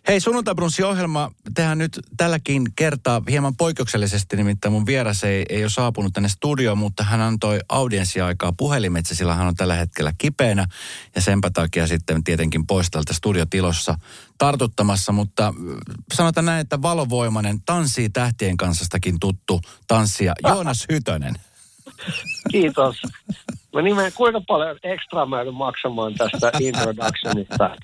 Hei, Sunnuntai-brunssi-ohjelma tehdään nyt tälläkin kertaa hieman poikkeuksellisesti, nimittäin mun vieras ei ole saapunut tänne studioon, mutta hän antoi audienssiaikaa puhelimitse, sillä hän on tällä hetkellä kipeänä ja senpä takia sitten tietenkin pois tältä studiotilossa tartuttamassa, mutta sanotaan näin, että valovoimainen tanssii tähtien kanssastakin tuttu tanssija Joonas Hytönen. Kiitos. Mä nimeen, kuinka paljon ekstraa mä joudun maksamaan tästä introductionista.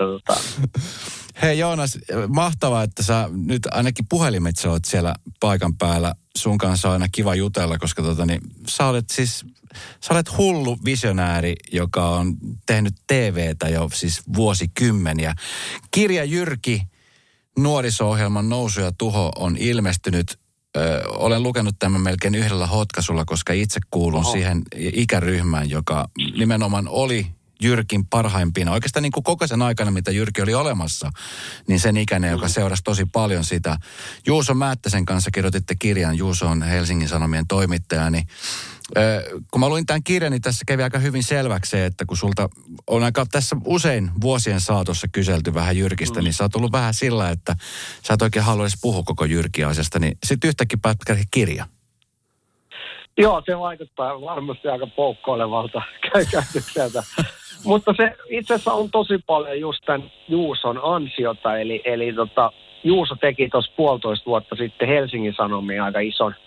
Hei Joonas, mahtavaa, että sä nyt ainakin puhelimitse oot siellä paikan päällä. Sun kanssa on aina kiva jutella, koska sä olet hullu visionääri, joka on tehnyt TVtä jo siis vuosikymmeniä. Kirja Jyrki, nuoriso-ohjelman Nousu ja tuho on ilmestynyt. Olen lukenut tämän melkein yhdellä hotkasulla, koska itse kuulun siihen ikäryhmään, joka nimenomaan oli Jyrkin parhaimpina. Oikeastaan niin kuin koko sen aikana, mitä Jyrki oli olemassa, niin sen ikäinen, joka seurasi tosi paljon sitä. Juuso Määttäsen kanssa kirjoititte kirjan. Juuso on Helsingin Sanomien toimittaja, niin kun mä luin tämän kirjan, niin tässä kävi aika hyvin selväksi se, että kun sulta on aika tässä usein vuosien saatossa kyselty vähän Jyrkistä, niin sä oot ollut vähän sillä, että sä et oikein halua edes puhua koko Jyrki-asiasta, niin sitten yhtäkkiä pätkä kirja. Joo, se vaikuttaa varmasti aika poukkoilevalta käytökseltä. Mutta se itse asiassa on tosi paljon just tämän Juuson ansiota, eli Juuso teki tuossa 1,5 vuotta sitten Helsingin Sanomiin aika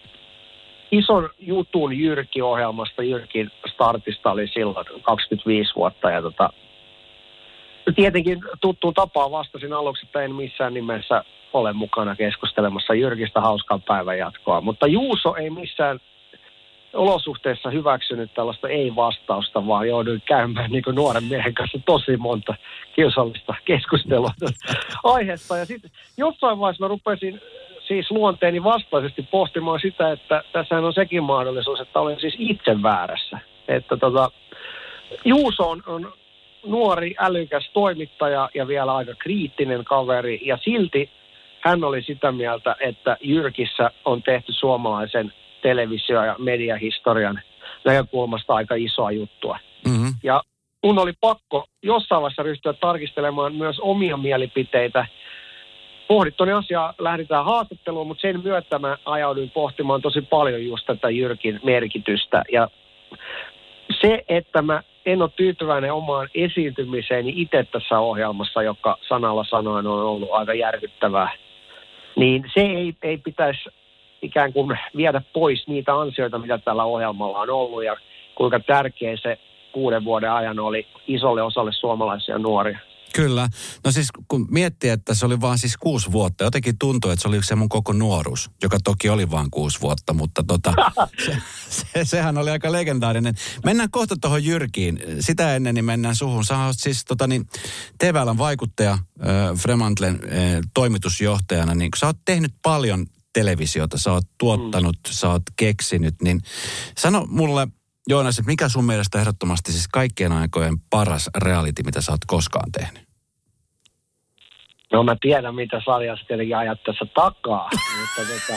ison jutun Jyrki-ohjelmasta. Jyrkin startista oli silloin 25 vuotta ja tietenkin tuttuun tapaan vastasin aluksi, että en missään nimessä ole mukana keskustelemassa Jyrkistä hauskaa päivän jatkoa, mutta Juuso ei missään olosuhteessa hyväksynyt tällaista ei-vastausta, vaan jouduin käymään niin kuin nuoren miehen kanssa tosi monta kiusallista keskustelua aiheesta. Ja sitten jossain vaiheessa mä rupesin siis luonteeni vastaisesti pohtimaan sitä, että tässähän on sekin mahdollisuus, että olen siis itse väärässä. Että Juuso on nuori, älykäs toimittaja ja vielä aika kriittinen kaveri, ja silti hän oli sitä mieltä, että Jyrkissä on tehty suomalaisen televisio- ja mediahistorian näkökulmasta aika isoa juttua. Mm-hmm. Ja mun oli pakko jossain vaiheessa ryhtyä tarkistelemaan myös omia mielipiteitä. Pohdittuani asiaa lähdetään haastatteluun, mutta sen myötä mä ajauduin pohtimaan tosi paljon just tätä Jyrkin merkitystä. Ja se, että mä en ole tyytyväinen omaan esiintymiseeni itse tässä ohjelmassa, joka sanalla sanoen on ollut aika järkyttävää, niin se ei pitäisi ikään kuin viedä pois niitä ansioita, mitä tällä ohjelmalla on ollut ja kuinka tärkeä se 6 vuoden ajan oli isolle osalle suomalaisia nuoria. Kyllä. No siis kun miettii, että se oli vaan siis 6 vuotta, jotenkin tuntui, että se oli se mun koko nuoruus, joka toki oli vaan 6 vuotta, mutta sehän oli aika legendaarinen. Mennään kohta tuohon Jyrkiin. Sitä ennen niin mennään suhun. Sä oot siis TVL:n vaikuttaja, Fremantlen toimitusjohtajana, niin sä oot tehnyt paljon televisiota, sä oot tuottanut, sä oot keksinyt, niin sano mulle, Joonas, että mikä sun mielestä ehdottomasti siis kaikkien aikojen paras reality, mitä sä oot koskaan tehnyt? No mä tiedän, mitä sarjassa tietenkin ajat tässä takaa, mutta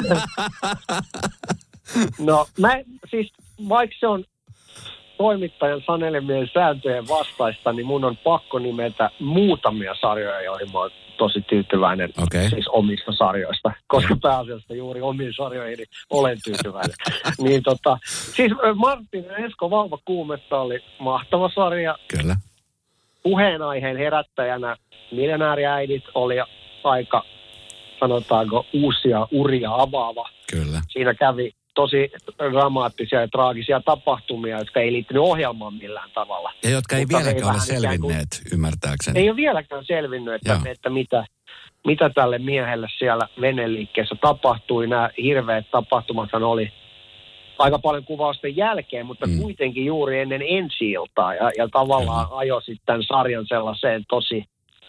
no siis vaikka se on toimittajan sanelemien sääntöjen vastaista, niin mun on pakko nimetä muutamia sarjoja, joihin mä oon tosi tyytyväinen siis omista sarjoista, koska pääasiassa juuri omiin sarjoihin olen tyytyväinen. Niin siis Martin ja Esko Vauvakuumetta oli mahtava sarja. Kyllä. Puheenaiheen herättäjänä Miljonääriäidit oli aika, sanotaanko, uusia uria avaava. Kyllä. Siinä kävi tosi dramaattisia ja traagisia tapahtumia, jotka ei liittynyt ohjelmaan millään tavalla. Ja jotka ei vieläkään ole selvinneet, ymmärtääkseni. Ei ole vieläkään selvinnyt, että mitä tälle miehelle siellä veneliikkeessä tapahtui. Nämä hirveät tapahtumathan oli aika paljon kuvausten jälkeen, mutta kuitenkin juuri ennen ensi-iltaa. Ja tavallaan ajoi sitten sarjan sellaiseen tosi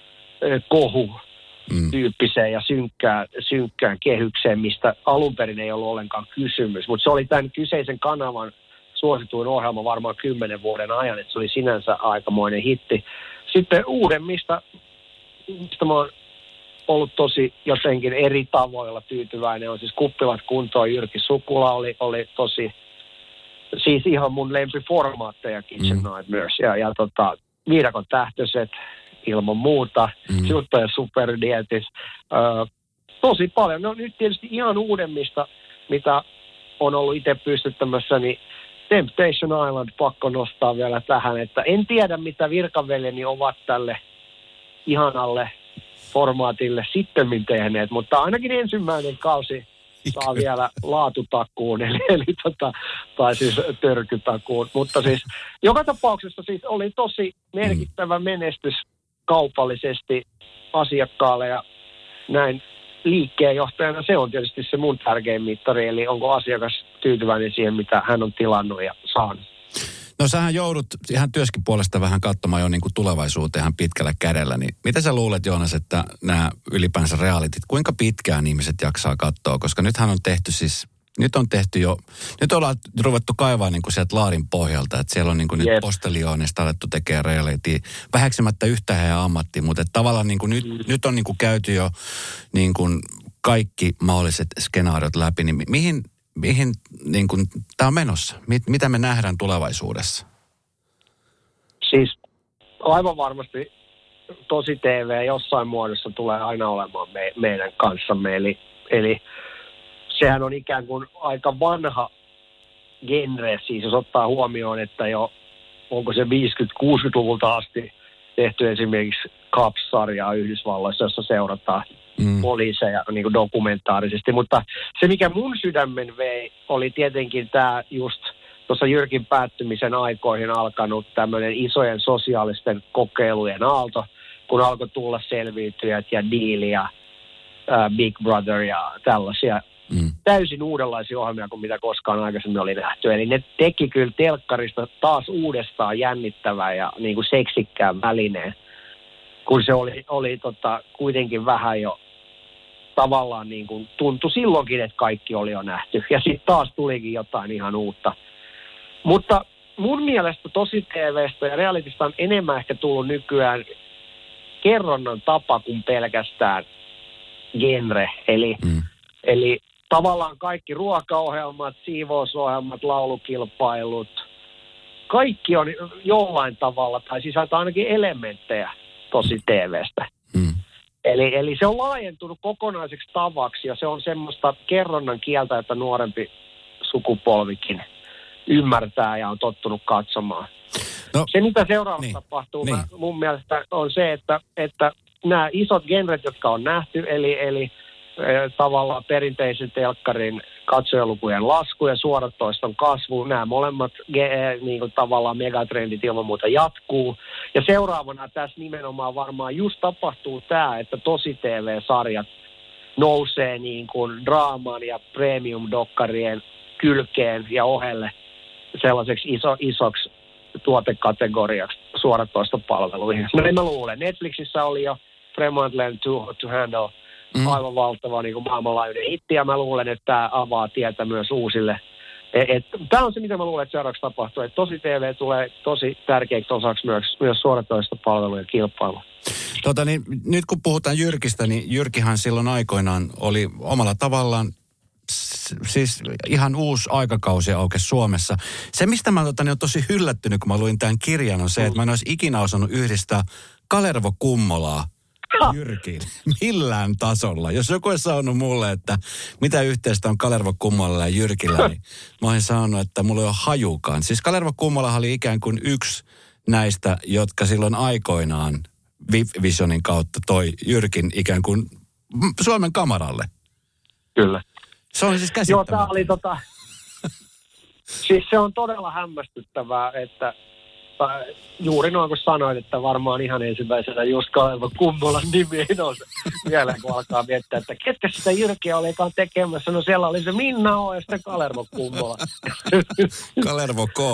tyyppiseen ja synkkään kehykseen, mistä alun perin ei ollut ollenkaan kysymys. Mutta se oli tämän kyseisen kanavan suosituin ohjelma varmaan 10 vuoden ajan, että se oli sinänsä aikamoinen hitti. Sitten uuden, mistä mä oon ollut tosi jotenkin eri tavoilla tyytyväinen, on siis Kuppilat kuntoon. Jyrki Sukula oli tosi, siis ihan mun lempiformaatteja Kitchen Night myös. Ja Viidakon tähtöiset, ilman muuta. Jutta ja superdietis. Tosi paljon. No nyt tietysti ihan uudemmista, mitä on ollut itse pystyttämässä, niin Temptation Island pakko nostaa vielä tähän, että en tiedä mitä virkaveljeni ovat tälle ihanalle formaatille sittemmin tehneet, mutta ainakin ensimmäinen kausi saa vielä laatutakuun, tai siis törkytakuun. Mutta siis joka tapauksessa siis oli tosi merkittävä menestys kaupallisesti asiakkaalle ja näin liikkeenjohtajana se on tietysti se mun tärkein mittari, eli onko asiakas tyytyväinen siihen, mitä hän on tilannut ja saanut. No sähän joudut ihan työskin puolesta vähän katsomaan jo niin kuin tulevaisuuteen ihan pitkällä kädellä, niin mitä sä luulet, Joonas, että nämä ylipäänsä realitit, kuinka pitkään ihmiset jaksaa katsoa, koska nythän on tehty siis, nyt ollaan ruvettu kaivaa niin kuin sieltä laarin pohjalta, että siellä on niin kuin nyt postelioonista alettu tekemään realitia, väheksymättä yhtä heidän ammattiin, mutta tavallaan niin kuin nyt on niin kuin käyty jo niin kuin kaikki mahdolliset skenaariot läpi, niin mihin niin kuin tämä on menossa? Mitä me nähdään tulevaisuudessa? Siis aivan varmasti tosi TV jossain muodossa tulee aina olemaan meidän kanssamme, eli sehän on ikään kuin aika vanha genre, siis jos ottaa huomioon, että jo onko se 50-60-luvulta asti tehty esimerkiksi Cops-sarjaa Yhdysvalloissa, jossa seurataan poliiseja niin kuin dokumentaarisesti. Mutta se, mikä mun sydämen vei, oli tietenkin tämä just tuossa Jyrkin päättymisen aikoihin alkanut tämmöinen isojen sosiaalisten kokeilujen aalto, kun alkoi tulla Selviytyjät ja Deal ja Big Brother ja tällaisia täysin uudenlaisia ohjelmia kuin mitä koskaan aikaisemmin oli nähty. Eli ne teki kyllä telkkarista taas uudestaan jännittävää ja niin kuin seksikkään välineen, kun se oli kuitenkin vähän jo tavallaan niin kuin tuntui silloinkin, että kaikki oli jo nähty. Ja sitten taas tulikin jotain ihan uutta. Mutta mun mielestä tosi TV:stä ja realitista on enemmän ehkä tullut nykyään kerronnan tapa kuin pelkästään genre. Eli tavallaan kaikki ruokaohjelmat, siivousohjelmat, laulukilpailut, kaikki on jollain tavalla, tai sisältää ainakin elementtejä tosi TV:stä. Eli se on laajentunut kokonaiseksi tavaksi, ja se on semmoista kerronnan kieltä, että nuorempi sukupolvikin ymmärtää ja on tottunut katsomaan. No, se, mitä seuraavaksi tapahtuu, mun mielestä on se, että nämä isot genret, jotka on nähty, eli tavallaan perinteisen telkkarin katsojalukujen lasku ja suoratoiston kasvu, nämä molemmat niin kuin tavallaan megatrendit ilman muuta jatkuu. Ja seuraavana tässä nimenomaan varmaan just tapahtuu tämä, että tosi TV-sarjat nousee niin kuin draaman ja premium-dokkarien kylkeen ja ohelle sellaiseksi isoksi tuotekategoriaksi suoratoistopalveluihin. Mä luulen, Netflixissä oli jo Fremantle to Handle aivan valtava niin kuin maailmanlaajuinen hitti, ja mä luulen, että tämä avaa tietä myös uusille. Tämä on se, mitä mä luulen, että seuraavaksi tapahtuu. Että tosi TV tulee tosi tärkeäksi osaksi myös suoratoistopalvelujen kilpailua. Nyt kun puhutaan Jyrkistä, niin Jyrkihän silloin aikoinaan oli omalla tavallaan siis ihan uusi aikakausi aukesi Suomessa. Se, mistä mä olen tosi yllättynyt, kun mä luin tämän kirjan, on se, että mä en olisi ikinä osannut yhdistää Kalervo Kummolaa Jyrkiin millään tasolla. Jos joku olisi sanonut mulle, että mitä yhteistä on Kalervo Kummolalla ja Jyrkillä, niin mä olisin sanonut, että mulla ei ole hajukaan. Siis Kalervo Kummolahan oli ikään kuin yksi näistä, jotka silloin aikoinaan Visionin kautta toi Jyrkin ikään kuin Suomen kamaralle. Kyllä. Se on siis käsittämätöntä. Joo, tämä oli siis se on todella hämmästyttävää, että juuri noin kuin sanoit, että varmaan ihan ensimmäisenä just Kalervo Kummolan nimi ei nouse vielä, kun alkaa miettiä, että ketkä sitä Jyrkiä olikaan tekemässä. No siellä oli se Minna O ja sitten Kalervo Kummola. Kalervo K.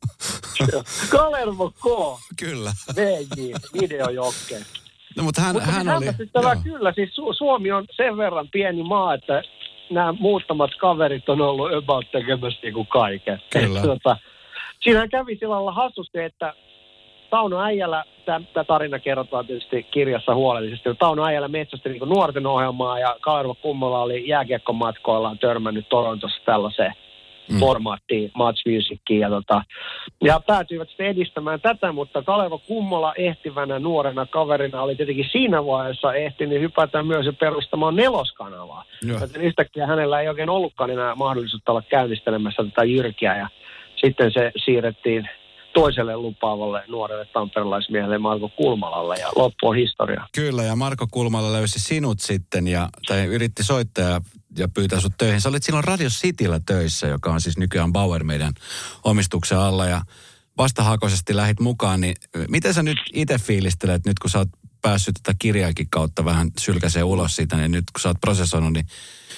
Kalervo K. Kyllä. VJ, videojokke. No, mutta hän oli... Kyllä, siis Suomi on sen verran pieni maa, että nämä muutamat kaverit on ollut about tekemässä niin kuin kaiken. Kyllä. Siinähän kävi sillä lailla hassusti, että Tauno Äijälä, tämä tarina kerrotaan tietysti kirjassa huolellisesti, Tauno Äijälä metsästi niin kuin nuorten ohjelmaa ja Kalervo Kummola oli jääkiekkomatkoillaan törmännyt Torontossa tällaiseen formaattiin, Match Musiciin ja päätyivät sitten edistämään tätä, mutta Kalevo Kummola ehtivänä nuorena kaverina oli tietenkin siinä vaiheessa ehtinyt hypätä myös ja perustamaan Neloskanavaa. Joten yhtäkkiä hänellä ei oikein ollutkaan enää mahdollisuutta olla käynnistelemässä tätä Jyrkiä ja sitten se siirrettiin toiselle lupaavalle nuorelle tamperelaismiehelle Marko Kulmalalle ja loppu on historia. Kyllä, ja Marko Kulmala löysi sinut sitten tai yritti soittaa ja pyytää sut töihin. Sä olit silloin Radio Cityllä töissä, joka on siis nykyään Bauer meidän omistuksen alla ja vastahakoisesti lähit mukaan, niin miten sä nyt itse fiilistelet, nyt kun sä oot päässyt tätä kirjaakin kautta vähän sylkäseen ulos siitä, niin nyt kun sä oot prosessoinut, niin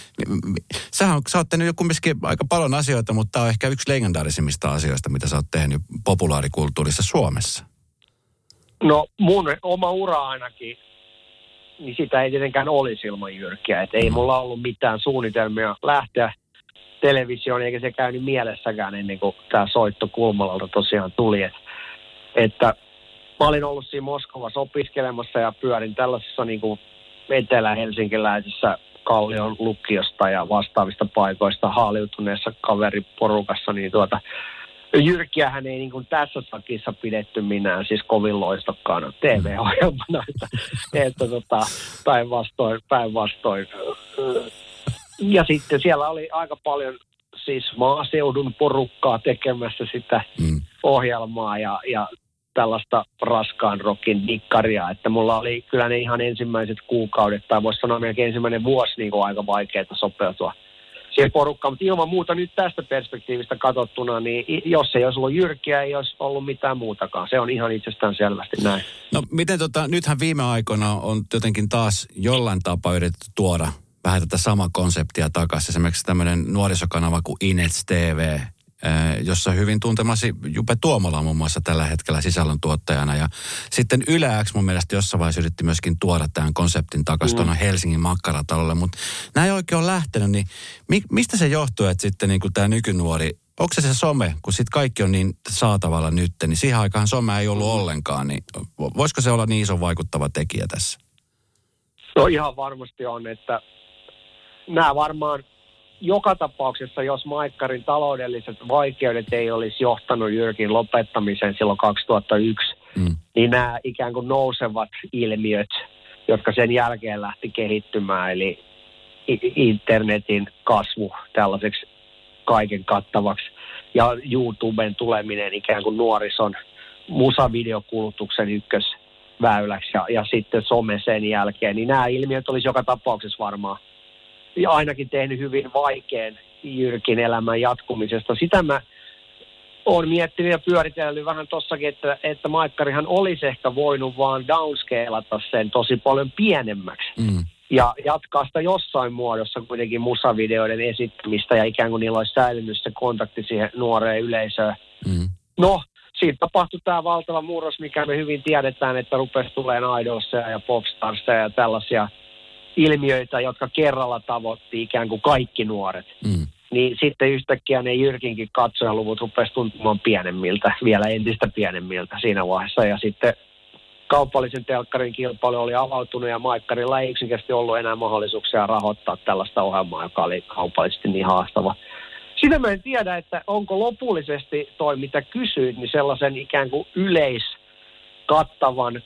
sä oot tehnyt jo kumminkin aika paljon asioita, mutta tämä on ehkä yksi legendaarisimmista asioista, mitä sä oot tehnyt populaarikulttuurissa Suomessa. No mun oma ura ainakin, niin sitä ei tietenkään olisi ilman Jyrkiä. Että ei mulla ollut mitään suunnitelmia lähteä televisioon, eikä se käynyt mielessäkään ennen kuin tämä soitto Kulmalalta tosiaan tuli. Että mä olin ollut siinä Moskovassa opiskelemassa ja pyörin tällaisessa niin kuin etelä-helsinkiläisessä Kallion lukiosta ja vastaavista paikoista haaliutuneessa kaveriporukassa, niin Jyrkiähän ei niin kuin tässä sakissa pidetty minään siis kovin loistokkaana TV-ohjelmana, että päinvastoin. Ja sitten siellä oli aika paljon siis maaseudun porukkaa tekemässä sitä ohjelmaa ja tällaista raskaan rockin dikkaria, että mulla oli kyllä ne ihan ensimmäiset kuukaudet, tai voisi sanoa melkein ensimmäinen vuosi niin kuin aika vaikeaa sopeutua siihen porukkaan, mutta ilman muuta nyt tästä perspektiivistä katsottuna, niin jos ei olisi ollut Jyrkiä, ei olisi ollut mitään muutakaan. Se on ihan itsestään selvästi näin. No miten nythän viime aikoina on jotenkin taas jollain tapaa yritetty tuoda vähän tätä samaa konseptia takaisin. Esimerkiksi tämmöinen nuorisokanava kuin Inets TV, jossa hyvin tuntemasi Jupe Tuomola on muun muassa tällä hetkellä sisällöntuottajana. Ja sitten Yle X mun mielestä jossain vaiheessa yritti myöskin tuoda tämän konseptin takaisin tuonne Helsingin Makkaratalolle. Mutta näin ei oikein ole lähtenyt, niin mistä se johtuu, että sitten niin kuin tämä nykynuori, onko se some, kun sitten kaikki on niin saatavalla nyt, niin siihen aikaan some ei ollut ollenkaan, niin voisiko se olla niin iso vaikuttava tekijä tässä? No ihan varmasti on, että nämä varmaan joka tapauksessa, jos Maikkarin taloudelliset vaikeudet ei olisi johtanut Jyrkin lopettamiseen silloin 2001, niin nämä ikään kuin nousevat ilmiöt, jotka sen jälkeen lähti kehittymään, eli internetin kasvu tällaiseksi kaiken kattavaksi ja YouTuben tuleminen ikään kuin nuorison musavideokulutuksen ykkösväyläksi ja sitten some sen jälkeen, niin nämä ilmiöt olisi joka tapauksessa varmaan ja ainakin tehnyt hyvin vaikean Jyrkin elämän jatkumisesta. Sitä mä oon miettinyt ja pyöritellyt vähän tossakin, että Maikkarihan olisi ehkä voinut vaan downscalata sen tosi paljon pienemmäksi. Ja jatkaa sitä jossain muodossa kuitenkin musavideoiden esittämistä ja ikään kuin niillä olisi säilynyt se kontakti siihen nuoreen yleisöön. No, siitä tapahtui tämä valtava murros, mikä me hyvin tiedetään, että rupesi tulemaan Idolsia ja Popstarsia ja tällaisia ilmiöitä, jotka kerralla tavoitti ikään kuin kaikki nuoret. Niin sitten yhtäkkiä ne Jyrkinkin katsojaluvut rupesi tuntumaan pienemmiltä, vielä entistä pienemmiltä siinä vaiheessa. Ja sitten kaupallisen telkkarin kilpailu oli avautunut ja Maikkarilla ei yksinkertaisesti ollut enää mahdollisuuksia rahoittaa tällaista ohjelmaa, joka oli kaupallisesti niin haastava. Sitä mä en tiedä, että onko lopullisesti toi, mitä kysyit, niin sellaisen ikään kuin yleiskattavan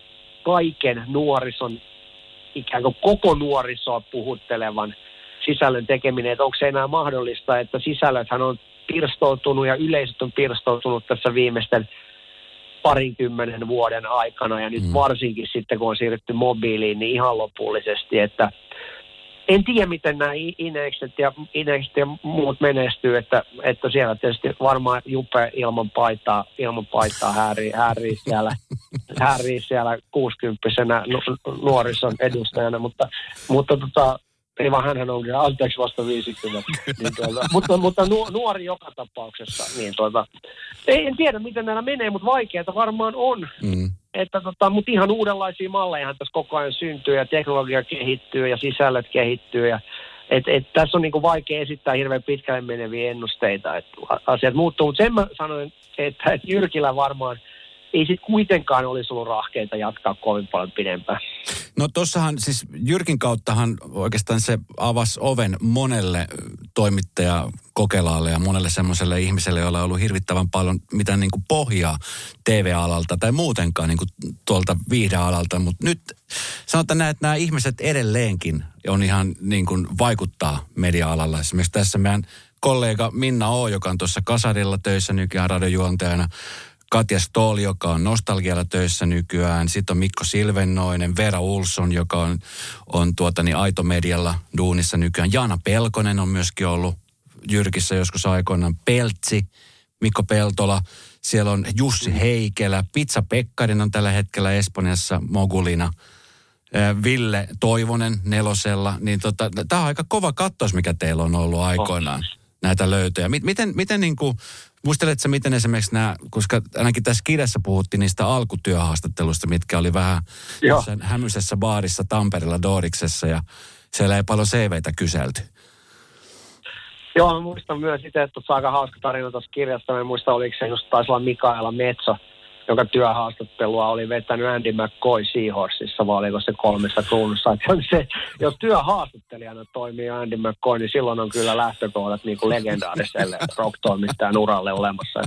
kaiken nuorison ikään kuin koko nuorisoa puhuttelevan sisällön tekeminen, että onko se enää mahdollista, että sisällöthän on pirstoutunut ja yleisöt on pirstoutunut tässä viimeisten 20 vuoden aikana ja nyt varsinkin sitten, kun on siirrytty mobiiliin, niin ihan lopullisesti, että en tiedä, miten nämä Inekset ja muut menestyy, että siellä tietysti varmaan Jupe ilman paitaa häärii siellä 60-vuotiaana nuorison edustajana, mutta ei vaan hänhän onkin, anteeksi vasta 50. Niin mutta nuori joka tapauksessa. Niin en tiedä, miten näillä menee, mutta vaikeaa varmaan on. Mutta ihan uudenlaisia malleja tässä koko ajan syntyy ja teknologia kehittyy ja sisällöt kehittyy. Tässä on niinku vaikea esittää hirveän pitkälle meneviä ennusteita, että asiat muuttuu. Mutta sen mä sanoin, että Jyrkillä varmaan ei sitten kuitenkaan olisi ollut rahkeita jatkaa kovin paljon pidempään. No tossahan siis Jyrkin kauttahan oikeastaan se avasi oven monelle toimittaja Kokelaalle ja monelle semmoiselle ihmiselle, jolla on ollut hirvittävän paljon mitään niin kuin pohjaa TV-alalta tai muutenkaan niin kuin tuolta viihdealalta. Mutta nyt sanotaan näin, että nämä ihmiset edelleenkin on ihan niin kuin vaikuttaa media-alalla. Esimerkiksi tässä meidän kollega Minna O, joka on tuossa Kasarilla töissä nykyään radiojuontajana, Katja Stoll, joka on Nostalgialla töissä nykyään. Sitten on Mikko Silvennoinen, Vera Ulsson, joka on Aito-medialla duunissa nykyään. Jaana Pelkonen on myöskin ollut Jyrkissä joskus aikoinaan. Peltsi, Mikko Peltola. Siellä on Jussi Heikelä. Pizza Pekkarinen on tällä hetkellä Espanjassa mogulina. Ville Toivonen Nelosella. Niin tämä on aika kova kattos, mikä teillä on ollut aikoinaan. Näitä löytöjä. Miten niin kuin, muisteletko miten esimerkiksi nämä, koska ainakin tässä kirjassa puhuttiin niistä alkutyöhaastatteluista, mitkä oli vähän hämyisessä baarissa Tampereella Doriksessa ja siellä ei paljon CVtä kyselty. Joo, mä muistan myös itse, että tuossa aika hauska tarina tuossa kirjassa. Mä en muista, oliko se just taisi olla Mikaela Metso, joka työhaastattelua oli vetänyt Andy McCoy Seahorsissa, vai oliko se 3 kruunussa. Se, jos työhaastattelijana toimii Andy McCoy, niin silloin on kyllä lähtökohdat niin kuin legendaariselle rock-toimittajan uralle olemassa.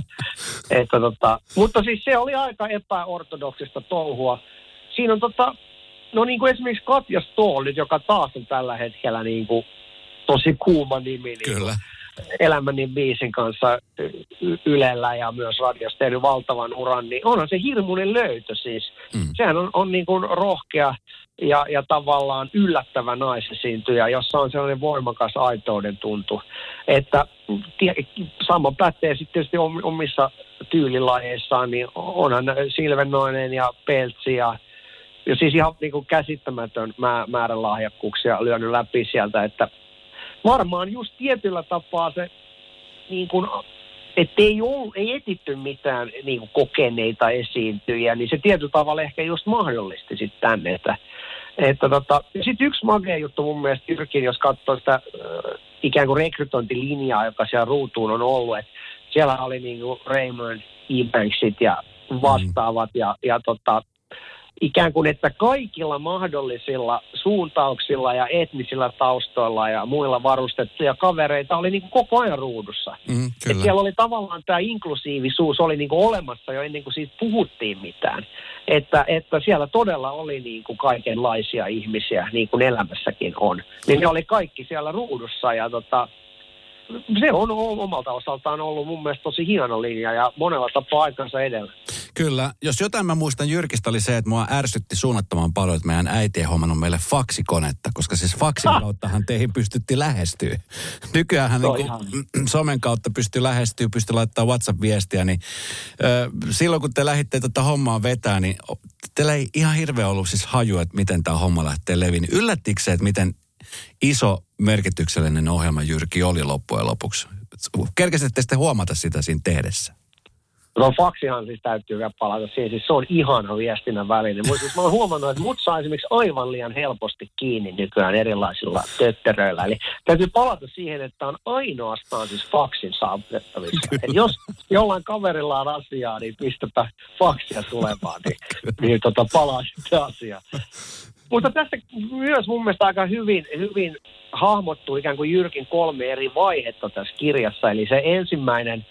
Mutta siis se oli aika epäortodoksista touhua. Siinä on niin kuin esimerkiksi Katja Stoll, joka taas on tällä hetkellä niin kuin tosi kuuma nimi. Niin kyllä. Elämäni biisin kanssa Ylellä ja myös radiossa tehnyt valtavan uran, niin onhan se hirmuinen löytö siis. Sehän on niin kuin rohkea ja tavallaan yllättävä naisesiintyjä, jossa on sellainen voimakas aitouden tuntu. Että sama pätee sitten tietysti omissa tyylilajeissaan, niin onhan Silvennoinen ja Peltsi ja siis ihan niin kuin käsittämätön määrä lahjakkuuksia lyönyt läpi sieltä, että varmaan just tietyllä tapaa se, niin kuin, että ei etitty mitään niin kuin kokeneita esiintyjiä, niin se tietyllä tavalla ehkä just mahdollisti sitten tänne. Sitten yksi magea juttu mun mielestä Jyrkin, jos katsoo sitä ikään kuin rekrytointilinjaa, joka siellä ruutuun on ollut, että siellä oli niin kuin Raymond Ebanksit ja vastaavat ja ikään kuin, että kaikilla mahdollisilla suuntauksilla ja etnisillä taustoilla ja muilla varustettuja kavereita oli niin kuin koko ajan ruudussa. Että siellä oli tavallaan tämä inklusiivisuus oli niin kuin olemassa jo ennen kuin siitä puhuttiin mitään. Että siellä todella oli niin kuin kaikenlaisia ihmisiä, niin kuin elämässäkin on. Niin ne oli kaikki siellä ruudussa ja se on omalta osaltaan ollut mun mielestä tosi hieno linja ja monella tapaa aikansa edellä. Kyllä. Jos jotain mä muistan Jyrkistä oli se, että mua ärsytti suunnattoman paljon, että meidän äiti ei hommannut meille faksikonetta, koska siis faksin kauttahan teihin pystyttiin lähestyä. Nykyäänhän niin somen kautta pystyy lähestyä, pystyy laittamaan WhatsApp-viestiä, niin silloin kun te lähditte tätä hommaa vetää, niin teillä ei ihan hirveä ollut siis haju, että miten tämä homma lähtee leviin. Yllättikö se, että miten iso merkityksellinen ohjelma Jyrki oli loppujen lopuksi? Kerkesitte sitten huomata sitä siinä tehdessä? No faksihan siis täytyy vielä palata siihen. Siis se on ihana viestinnän väline. Mä oon huomannut, että mut saa esimerkiksi aivan liian helposti kiinni nykyään erilaisilla tötteröillä. Eli täytyy palata siihen, että on ainoastaan siis faksin saavutettavissa. Jos jollain kaverilla on asiaa, niin pistäpä faksia tulemaan, niin palaa sitten asiaan. Mutta tässä myös mun mielestä aika hyvin hahmottuu ikään kuin Jyrkin 3 eri vaihetta tässä kirjassa. Eli se ensimmäinen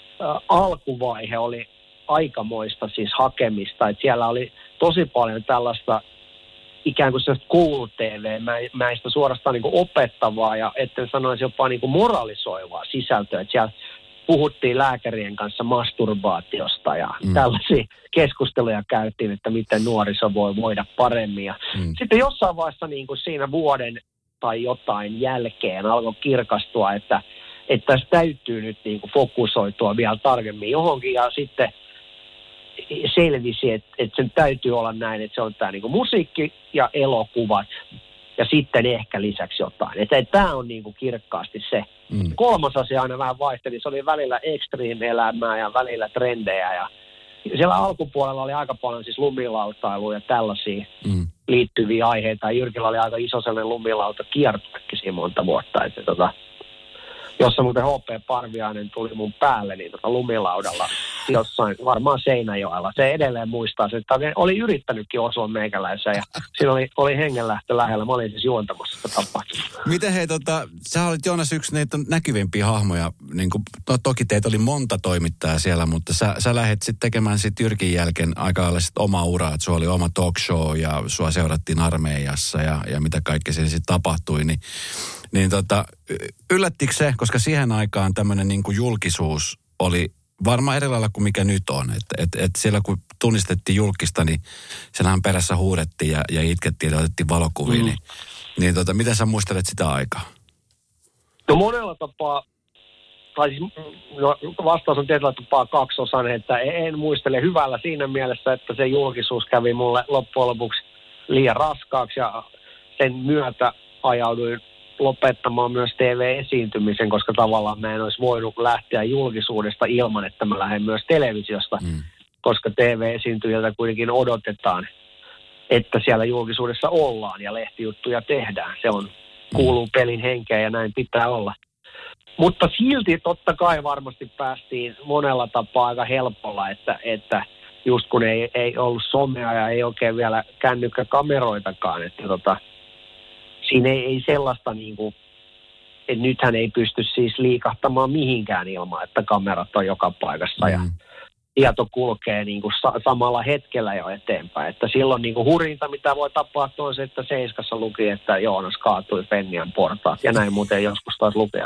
alkuvaihe oli aikamoista siis hakemista. Että siellä oli tosi paljon tällaista ikään kuin sellaista koulu-tv-mäistä suorastaan niin kuin opettavaa ja etten sanoisi jopa niin kuin moralisoivaa sisältöä. Että siellä puhuttiin lääkärien kanssa masturbaatiosta ja tällaisia keskusteluja käytiin, että miten nuoriso voi voida paremmin. Ja sitten jossain vaiheessa niin kuin siinä vuoden tai jotain jälkeen alkoi kirkastua, että tässä täytyy nyt niin kuin fokusoitua vielä tarkemmin johonkin ja sitten selvisi, että sen täytyy olla näin, että se on tämä niin kuin musiikki ja elokuvat ja sitten ehkä lisäksi jotain. Että tämä on niin kuin kirkkaasti se. Kolmas asia aina vähän vaihteli. Se oli välillä extreme-elämää ja välillä trendejä. Ja siellä alkupuolella oli aika paljon siis lumilautailuja ja tällaisia liittyviä aiheita. Jyrkillä oli aika iso sellainen lumilauta kiertuekin siinä monta vuotta. jossa muuten HP Parviainen tuli mun päälle niin lumilaudalla jossain, varmaan Seinäjoella. Se edelleen muistaa sen, että oli yrittänytkin osua meikäläiseen ja siinä oli hengenlähtö lähellä. Mä olin siis juontamassa sitä tapahtumaa. Miten hei, sä olit Joonas yksi niitä näkyvimpiä hahmoja, niin kuin, no toki teitä oli monta toimittajaa siellä, mutta sä lähdit sitten tekemään sitten Jyrkin jälkeen aika lailla sit omaa uraa, että sulla oli oma talk show ja sua seurattiin armeijassa ja mitä kaikkea siellä sitten tapahtui, niin yllättikö se, koska siihen aikaan tämmöinen niin kuin julkisuus oli varmaan eri lailla kuin mikä nyt on. Että siellä kun tunnistettiin julkista, niin siellähän perässä huudettiin ja itkettiin ja otettiin valokuvia. Niin miten sä muistelet sitä aikaa? No monella tapaa, tai siis vastaus on tietyllä tapaa kaksiosainen, että en muistele hyvällä siinä mielessä, että se julkisuus kävi mulle loppujen lopuksi liian raskaaksi ja sen myötä ajauduin lopettamaan myös TV-esiintymisen, koska tavallaan mä en olisi voinut lähteä julkisuudesta ilman, että mä lähden myös televisiosta, koska TV-esiintyjältä kuitenkin odotetaan, että siellä julkisuudessa ollaan ja lehtijuttuja tehdään. Se kuuluu pelin henkeen ja näin pitää olla. Mutta silti totta kai varmasti päästiin monella tapaa aika helpolla, että just kun ei ollut somea ja ei oikein vielä kännykkäkameroitakaan, että siinä ei sellaista niin kuin, että nythän ei pysty siis liikahtamaan mihinkään ilman, että kamerat on joka paikassa ja tieto kulkee niin kuin samalla hetkellä jo eteenpäin. Että silloin niin kuin hurinta, mitä voi tapahtua, on se, että Seiskassa luki, että Joonas kaatui Fennian portaat ja näin muuten joskus taas lukea.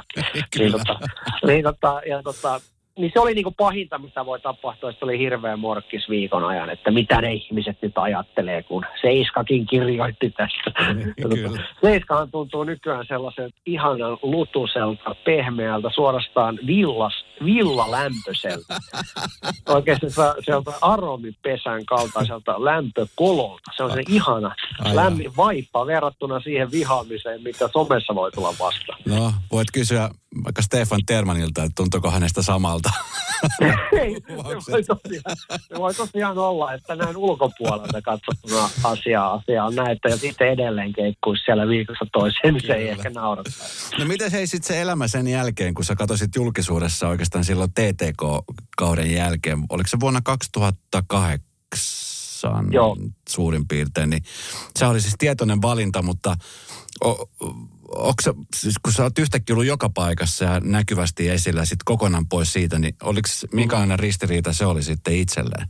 Niin se oli niinku pahinta, mitä voi tapahtua, että oli hirveä morkkis viikon ajan, että mitä ne ihmiset nyt ajattelee, kun Seiskakin kirjoitti tästä. Seiskahan tuntuu nykyään sellaiselta ihanan lutuselta, pehmeältä, suorastaan villalämpöiseltä. Oikeasti sieltä aromipesän kaltaiselta lämpökololta. Se on se ihana lämmin vaippa verrattuna siihen vihaamiseen, mitä somessa voi tulla vastaan. No, voit kysyä vaikka Stefan Termanilta, että tuntuuko hänestä samalta? Ei, se voi tosiaan olla, että näin ulkopuolelta katsottuna asia on näitä ja sitten edelleen keikkuisi siellä viikossa toiseen, niin se ei ehkä naurattaa. No miten hei sitten se elämä sen jälkeen, kun sä katsoisit julkisuudessa oikeastaan silloin TTK-kauden jälkeen, oliko se vuonna 2008 suurin piirtein, niin se oli siis tietoinen valinta, mutta siis kun sä oot yhtäkkiä ollut joka paikassa ja näkyvästi esillä sit kokonaan pois siitä, niin oliko minkälainen ristiriita se oli sitten itselleen?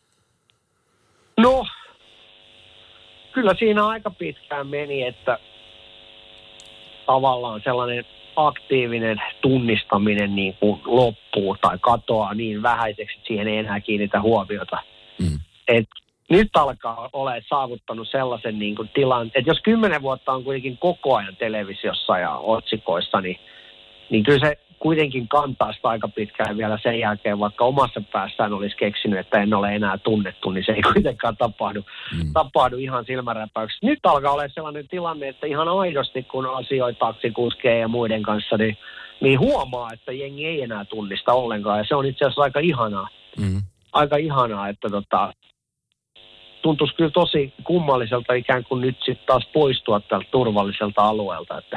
No, kyllä siinä aika pitkään meni, että tavallaan sellainen aktiivinen tunnistaminen niin kuin loppuu tai katoaa niin vähäiseksi, että siihen ei enää kiinnitä huomiota. Nyt alkaa olla saavuttanut sellaisen niin kuin tilan, että jos 10 vuotta on kuitenkin koko ajan televisiossa ja otsikoissa, niin kyllä se kuitenkin kantaa sitä aika pitkään vielä sen jälkeen, vaikka omassa päässään olisi keksinyt, että en ole enää tunnettu, niin se ei kuitenkaan tapahdu ihan silmänräpäyksessä. Nyt alkaa olla sellainen tilanne, että ihan aidosti, kun asioi taksikuskeen ja muiden kanssa, niin huomaa, että jengi ei enää tunnista ollenkaan, ja se on itse asiassa aika ihanaa. Aika ihanaa, että tuntuisi kyllä tosi kummalliselta ikään kuin nyt sitten taas poistua tältä turvalliselta alueelta, että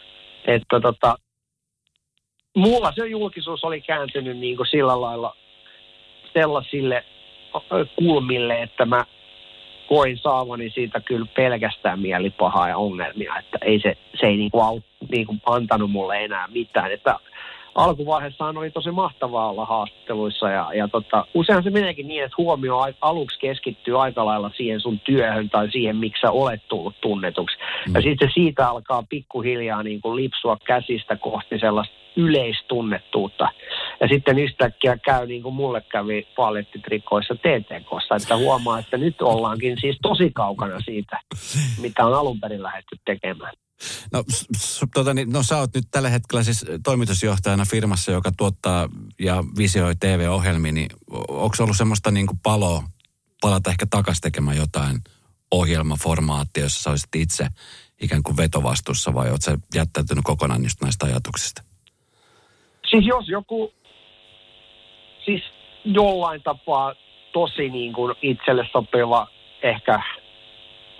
mulla se julkisuus oli kääntynyt niin kuin sillä lailla sellaisille kulmille, että mä koin saavani siitä kyllä pelkästään mielipahaa ja ongelmia, että se ei niin kuin antanut mulle enää mitään, että alkuvaiheessahan oli tosi mahtavaa olla haastatteluissa ja usein se meneekin niin, että huomio aluksi keskittyy aika lailla siihen sun työhön tai siihen, miksi sä olet tullut tunnetuksi. Ja sitten siitä alkaa pikkuhiljaa niin kuin lipsua käsistä kohti sellaista yleistunnettuutta. Ja sitten yhtäkkiä käy niin kuin mulle kävi palettitrikoissa TTK:ssa, että huomaa, että nyt ollaankin siis tosi kaukana siitä, mitä on alun perin lähdetty tekemään. No sä oot nyt tällä hetkellä siis toimitusjohtajana firmassa, joka tuottaa ja visioi TV-ohjelmia, niin onko ollut semmoista niin kuin palata ehkä takaisin tekemään jotain ohjelmaformaattia, jossa sä olisit itse ikään kuin vetovastuussa vai oot sä jättäytynyt kokonaan just näistä ajatuksista? Siis jos joku, siis jollain tapaa tosi niin kuin itselle sopiva ehkä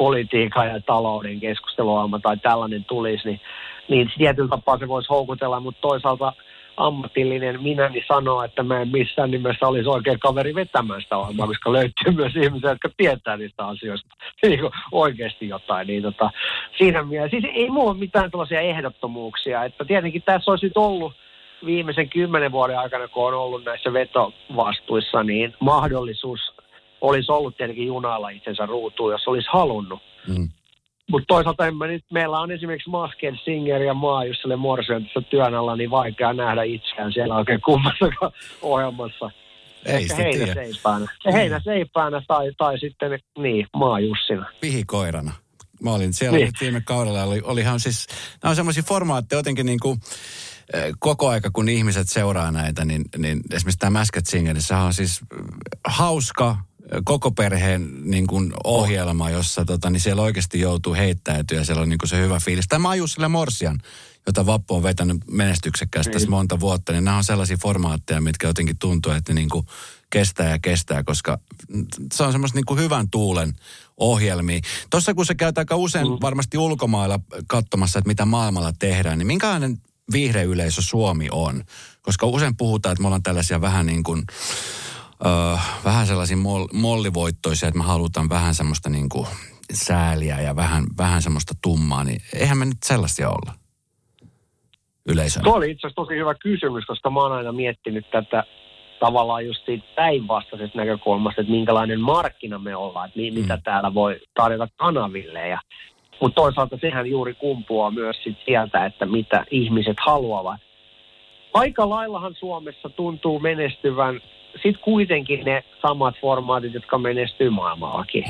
politiikan ja talouden keskusteluohjelma tai tällainen tulisi, niin tietyllä tapaa se voisi houkutella, mutta toisaalta ammatillinen minäni sanoo, että mä en missään nimessä olisi oikein kaveri vetämään sitä ohjelmaa, koska löytyy myös ihmisiä, jotka tietää niistä asioista niin oikeasti jotain. Niin siinä mielessä, siis ei mulla ole mitään tällaisia ehdottomuuksia, että tietenkin tässä olisi nyt ollut viimeisen 10 vuoden aikana, kun on ollut näissä vetovastuissa, niin mahdollisuus olisi ollut tietenkin junailla itsensä ruutuun, jos olisi halunnut. Mutta toisaalta meillä on esimerkiksi Masked Singer ja Jussele Morsian tässä työn alla, niin vaikea nähdä itseään siellä oikein kummassakaan ohjelmassa. Ei sitä tiedä. Heinäseipäänä tai sitten Jussina. Pihikoirana. Mä olin siellä nyt viime kaudella, olihan siis, nämä on semmoisia formaatteja jotenkin niin kuin koko aika, kun ihmiset seuraa näitä, niin esimerkiksi tämä Masked Singerissä on siis hauska, koko perheen niin kuin ohjelma, jossa niin siellä oikeasti joutuu heittäytyä ja siellä on niin kuin se hyvä fiilis. Tämä Jussele Morsian, jota Vappu on vetänyt menestyksekkäästi tässä monta vuotta, niin nämä on sellaisia formaatteja, mitkä jotenkin tuntuu, että ne niin kuin kestää, koska se on semmoista niin kuin hyvän tuulen ohjelmia. Tuossa kun se käyt aika usein varmasti ulkomailla katsomassa, että mitä maailmalla tehdään, niin minkälainen viihdeyleisö Suomi on? Koska usein puhutaan, että me ollaan tällaisia vähän niin kuin vähän sellaisia mollivoittoisia, että me halutaan vähän semmoista niin kuin sääliä ja vähän semmoista tummaa, niin eihän me nyt sellaisia olla yleisönä. Tuo oli itse asiassa tosi hyvä kysymys, koska mä oon aina miettinyt tätä tavallaan just siitä päinvastaisesta näkökulmasta, että minkälainen markkina me ollaan, että mitä täällä voi tarjota kanaville. Mutta toisaalta sehän juuri kumpuaa myös sieltä, että mitä ihmiset haluavat. Aika laillahan Suomessa tuntuu menestyvän sitten kuitenkin ne samat formaatit, jotka menestyy maailmallakin.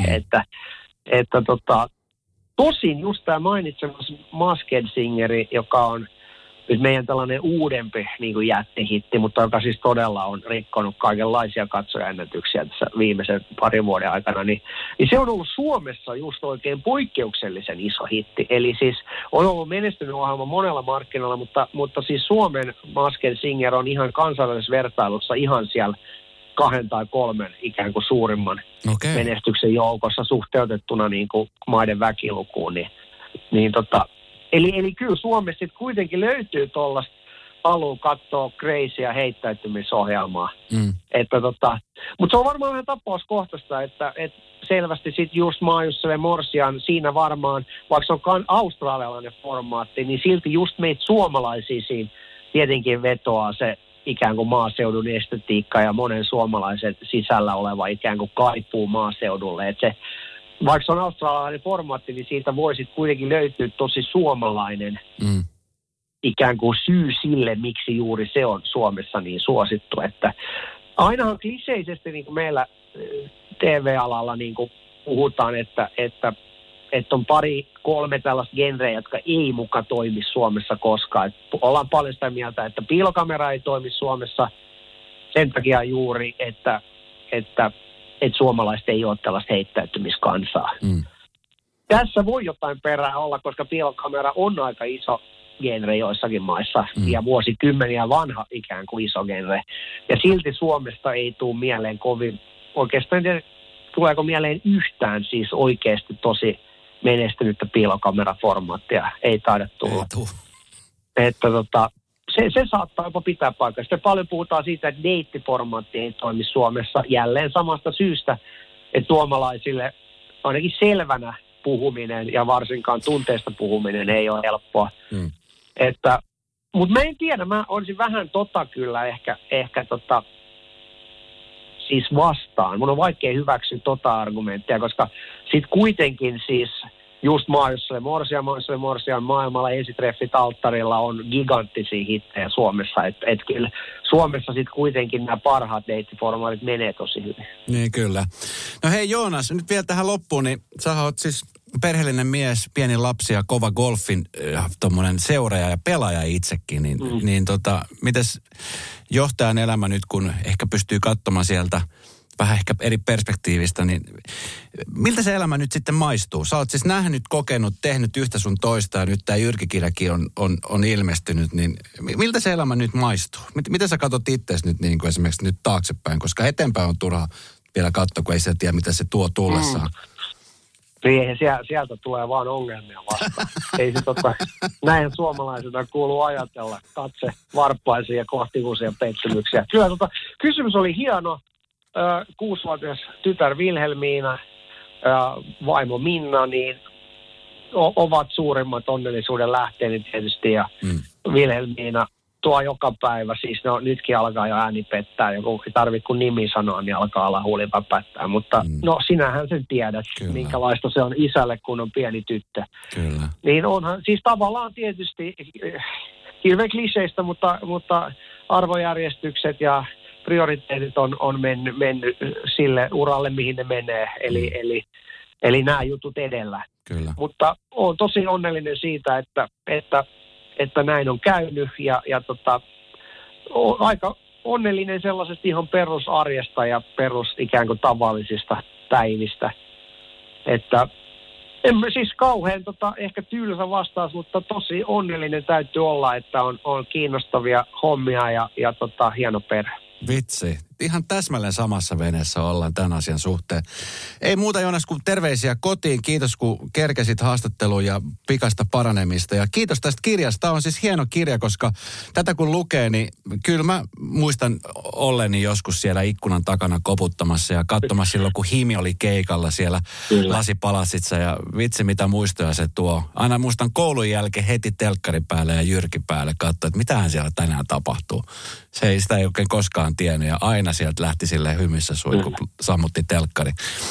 Tosin just tämä mainitsemassa Masked Singeri, joka on nyt meidän tällainen uudempi niin kuin jättihitti, mutta joka siis todella on rikkonut kaikenlaisia katsojaennätyksiä tässä viimeisen parin vuoden aikana, niin se on ollut Suomessa just oikein poikkeuksellisen iso hitti. Eli siis on ollut menestynyt ohjelma monella markkinoilla, mutta siis Suomen Masked Singer on ihan kansainvälisessä vertailussa ihan siellä 2 tai 3 ikään kuin suurimman menestyksen joukossa suhteutettuna niin kuin maiden väkilukuun. Eli kyllä Suomessa sitten kuitenkin löytyy tuollaista halua katsoa crazyä heittäytymisohjelmaa. Mutta se on varmaan vähän tapauskohtaista, että selvästi sitten just Jussele Morsian siinä varmaan, vaikka se on australialainen formaatti, niin silti just meitä suomalaisia siinä tietenkin vetoaa se ikään kuin maaseudun estetiikka ja monen suomalaisen sisällä oleva ikään kuin kaipuu maaseudulle. Että se, vaikka se on australialainen formaatti, niin siitä voisi kuitenkin löytyä tosi suomalainen ikään kuin syy sille, miksi juuri se on Suomessa niin suosittu. Että ainahan kliseisesti niin kuin meillä TV-alalla niin kuin puhutaan, että on 2-3 tällaista genreä, jotka ei muka toimi Suomessa koskaan. Et ollaan paljon sitä mieltä, että piilokamera ei toimi Suomessa sen takia juuri, että suomalaiset ei ole tällaista heittäytymiskansaa. Tässä voi jotain perää olla, koska piilokamera on aika iso genre joissakin maissa ja vuosikymmeniä vanha ikään kuin iso genre. Ja silti Suomesta ei tule mieleen kovin, oikeastaan en tiedä, tuleeko mieleen yhtään siis oikeasti tosi menestynyttä piilokameraformaattia. Ei taida tulla. Että se saattaa jopa pitää paikkaa. Sitten paljon puhutaan siitä, että deittiformaatti ei toimi Suomessa jälleen samasta syystä, että suomalaisille ainakin selvänä puhuminen ja varsinkaan tunteista puhuminen ei ole helppoa. Mutta mä en tiedä, mä olisin vähän kyllä ehkä siis vastaan. Mun on vaikea hyväksyä argumenttia, koska sit kuitenkin siis just Jussele Morsian maailmalla ensitreffit alttarilla on giganttisia hittejä Suomessa. Et kyllä Suomessa sitten kuitenkin nämä parhaat deittiformaatit menee tosi hyvin. Niin kyllä. No hei Joonas, nyt vielä tähän loppuun, niin sä oot siis perheellinen mies, pieni lapsi ja kova golfin tommonen seuraaja ja pelaaja itsekin. Mites johtajan elämä nyt, kun ehkä pystyy katsomaan sieltä vähän ehkä eri perspektiivistä, niin miltä se elämä nyt sitten maistuu? Sä oot siis nähnyt, kokenut, tehnyt yhtä sun toista ja nyt tää Jyrki-kirjakin on ilmestynyt, niin miltä se elämä nyt maistuu? Miten sä katsot itseäsi nyt niin kuin esimerkiksi nyt taaksepäin, koska eteenpäin on turha vielä katsoa, kun ei sä tiedä, mitä se tuo tullessaan. Niin, sieltä tulee vaan ongelmia vastaan. Ei se näin suomalaisena kuulu ajatella. Katse varppaisia ja kohti uusia pettymyksiä. Kyllä kysymys oli hieno. 6-vuotias tytär Vilhelmiina ja vaimo Minna, niin ovat suurimmat onnellisuuden lähteeni tietysti. Ja Vilhelmiina tuo joka päivä, siis nytkin alkaa jo ääni pettää, joku ei tarvitse kun nimi sanoa, niin alkaa olla huuliva pättää. Mutta sinähän sen tiedät, kyllä, minkälaista se on isälle, kun on pieni tyttö. Kyllä. Niin onhan, siis tavallaan tietysti hirveän kliseistä, mutta arvojärjestykset ja prioriteetit on mennyt sille uralle, mihin ne menee. Eli nämä jutut edellä. Kyllä. Mutta olen tosi onnellinen siitä, että näin on käynyt ja aika onnellinen sellaisesta ihan perusarjesta ja perus ikään kuin tavallisista päivistä. Että emme siis kauhean ehkä tylsä vastaus, mutta tosi onnellinen täytyy olla, että on kiinnostavia hommia ja hieno perhe. Vitsi. Ihan täsmälleen samassa veneessä ollaan tämän asian suhteen. Ei muuta, Joonas, kuin terveisiä kotiin. Kiitos, kun kerkesit haastatteluun ja pikasta paranemista. Ja kiitos tästä kirjasta. Tämä on siis hieno kirja, koska tätä kun lukee, niin kyllä mä muistan olleni joskus siellä ikkunan takana koputtamassa ja katsomassa silloin, kun Himi oli keikalla siellä Lasipalassissa. Ja vitsi, mitä muistoja se tuo. Aina muistan koulun jälkeen heti telkkarin päälle ja Jyrki päälle katsoa, että mitähän siellä tänään tapahtuu. Sitä ei oikein koskaan tiennyt ja aina sieltä lähti silleen hymyssä sui, kun sammutti telkkari.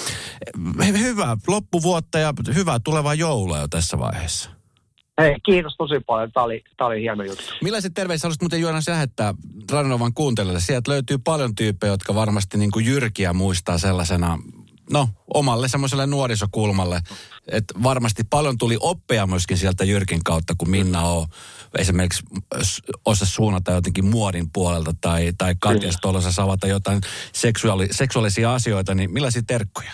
Hyvää loppuvuotta ja hyvää tulevaa joulua jo tässä vaiheessa. Hei, kiitos tosi paljon. Tämä oli hieno juttu. Millaiset terveiset haluaisit muuten Joonas lähettää Radionovan kuuntelijoille? Sieltä löytyy paljon tyyppejä, jotka varmasti niin kuin Jyrkiä muistaa sellaisena, omalle semmoiselle nuorisokulmalle. Että varmasti paljon tuli oppeja myöskin sieltä Jyrkin kautta, kun Minna on esimerkiksi osa suunnata jotenkin muodin puolelta tai Katja Stolosassa avata jotain seksuaalisia asioita, niin millaisia terkkoja?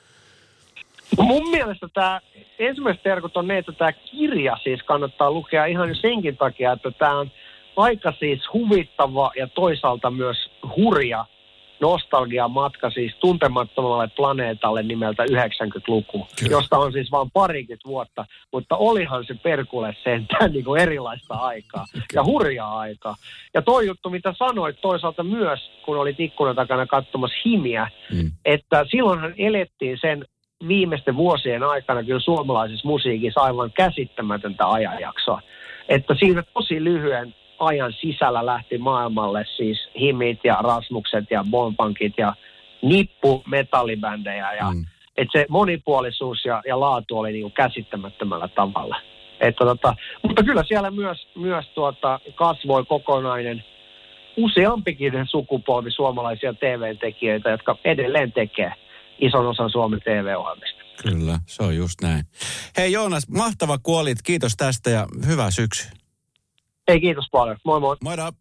Mun mielestä tämä ensimmäiset terkut on ne, että tämä kirja siis kannattaa lukea ihan senkin takia, että tämä on aika siis huvittava ja toisaalta myös hurja nostalgiamatka siis tuntemattomalle planeetalle nimeltä 90-luku, josta on siis vain parikymmentä vuotta, mutta olihan se perkule sentään niin kuin erilaista aikaa ja hurjaa aikaa. Ja toi juttu, mitä sanoit toisaalta myös, kun olit ikkunan takana katsomassa Himiä, että silloinhan elettiin sen viimeisten vuosien aikana kyllä suomalaisessa musiikissa aivan käsittämätöntä ajanjaksoa. Että siinä tosi lyhyen ajan sisällä lähti maailmalle siis Himit ja Rasmukset ja Bonpankit ja nippu metallibändejä. Ja, että se monipuolisuus ja laatu oli niin kuin käsittämättömällä tavalla. Mutta kyllä siellä myös kasvoi kokonainen useampikin sukupolvi suomalaisia TV-tekijöitä, jotka edelleen tekee ison osan Suomen TV-ohjelmista. Kyllä, se on just näin. Hei Joonas, mahtava kun olit. Kiitos tästä ja hyvää syksyä. Hei, kiitos paljon. Moi moi. Moida.